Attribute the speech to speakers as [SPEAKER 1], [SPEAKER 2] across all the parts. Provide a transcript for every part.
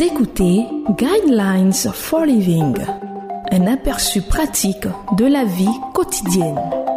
[SPEAKER 1] Vous écoutez Guidelines for Living, un aperçu pratique de la vie quotidienne.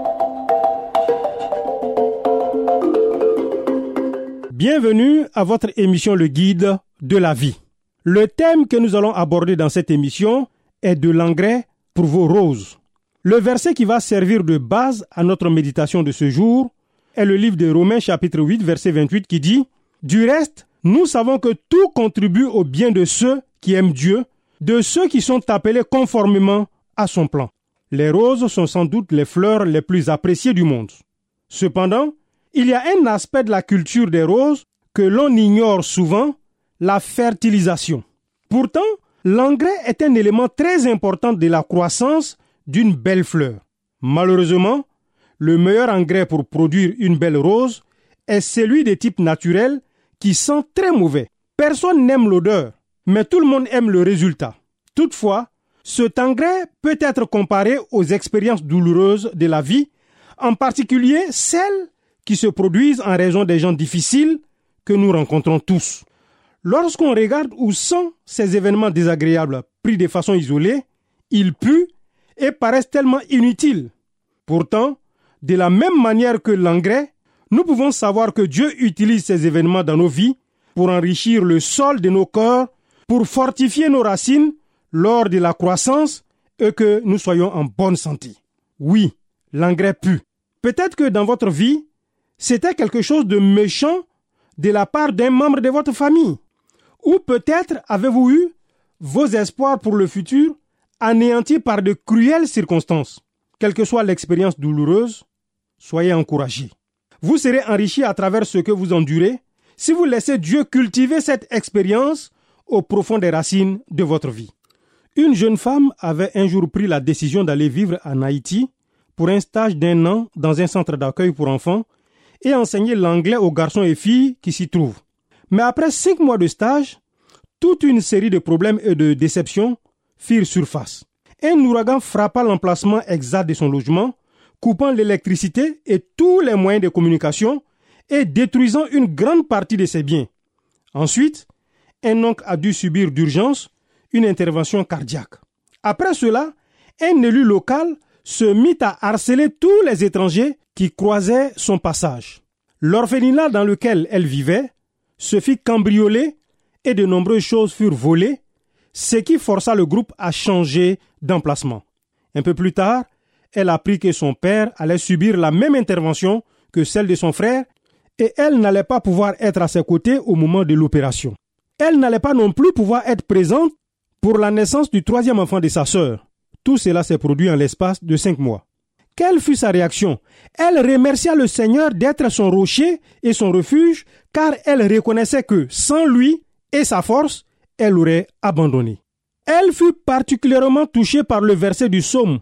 [SPEAKER 2] Bienvenue à votre émission Le Guide de la vie. Le thème que nous allons aborder dans cette émission est de l'engrais pour vos roses. Le verset qui va servir de base à notre méditation de ce jour est le livre de Romains chapitre 8 verset 28 qui dit « Du reste, nous savons que tout contribue au bien de ceux qui aiment Dieu, de ceux qui sont appelés conformément à son plan. » Les roses sont sans doute les fleurs les plus appréciées du monde. Cependant, il y a un aspect de la culture des roses que l'on ignore souvent, la fertilisation. Pourtant, l'engrais est un élément très important de la croissance d'une belle fleur. Malheureusement, le meilleur engrais pour produire une belle rose est celui de type naturel qui sent très mauvais. Personne n'aime l'odeur, mais tout le monde aime le résultat. Toutefois, cet engrais peut être comparé aux expériences douloureuses de la vie, en particulier celles qui se produisent en raison des gens difficiles que nous rencontrons tous. Lorsqu'on regarde ou sent ces événements désagréables pris de façon isolée, ils puent et paraissent tellement inutiles. Pourtant, de la même manière que l'engrais, nous pouvons savoir que Dieu utilise ces événements dans nos vies pour enrichir le sol de nos cœurs, pour fortifier nos racines lors de la croissance et que nous soyons en bonne santé. Oui, l'engrais pue. Peut-être que dans votre vie, c'était quelque chose de méchant de la part d'un membre de votre famille. Ou peut-être avez-vous eu vos espoirs pour le futur anéantis par de cruelles circonstances. Quelle que soit l'expérience douloureuse, soyez encouragés. Vous serez enrichis à travers ce que vous endurez si vous laissez Dieu cultiver cette expérience au profond des racines de votre vie. Une jeune femme avait un jour pris la décision d'aller vivre en Haïti pour un stage d'1 an dans un centre d'accueil pour enfants et enseigner l'anglais aux garçons et filles qui s'y trouvent. Mais après 5 mois de stage, toute une série de problèmes et de déceptions firent surface. Un ouragan frappa l'emplacement exact de son logement, coupant l'électricité et tous les moyens de communication et détruisant une grande partie de ses biens. Ensuite, un oncle a dû subir d'urgence une intervention cardiaque. Après cela, un élu local se mit à harceler tous les étrangers qui croisaient son passage. L'orphelinat dans lequel elle vivait se fit cambrioler et de nombreuses choses furent volées, ce qui força le groupe à changer d'emplacement. Un peu plus tard, elle apprit que son père allait subir la même intervention que celle de son frère et elle n'allait pas pouvoir être à ses côtés au moment de l'opération. Elle n'allait pas non plus pouvoir être présente pour la naissance du 3e enfant de sa sœur. Tout cela s'est produit en l'espace de 5 mois. Quelle fut sa réaction? Elle remercia le Seigneur d'être son rocher et son refuge, car elle reconnaissait que sans lui et sa force, elle aurait abandonné. Elle fut particulièrement touchée par le verset du psaume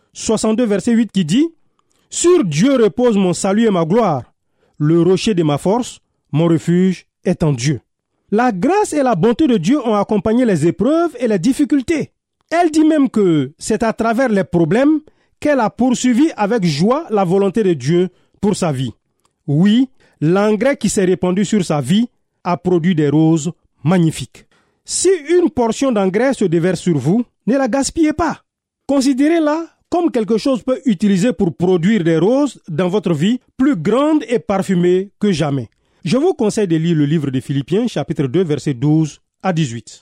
[SPEAKER 2] 62, verset 8 qui dit « Sur Dieu repose mon salut et ma gloire. Le rocher de ma force, mon refuge est en Dieu. » La grâce et la bonté de Dieu ont accompagné les épreuves et les difficultés. Elle dit même que c'est à travers les problèmes qu'elle a poursuivi avec joie la volonté de Dieu pour sa vie. Oui, l'engrais qui s'est répandu sur sa vie a produit des roses magnifiques. Si une portion d'engrais se déverse sur vous, ne la gaspillez pas. Considérez-la comme quelque chose peut utiliser pour produire des roses dans votre vie plus grandes et parfumées que jamais. Je vous conseille de lire le livre de Philippiens, chapitre 2, versets 12 à 18.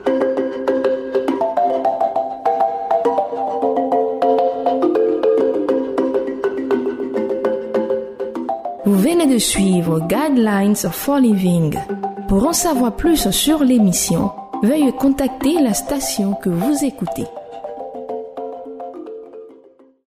[SPEAKER 1] Vous venez de suivre Guidelines for Living. Pour en savoir plus sur l'émission, veuillez contacter la station que vous écoutez.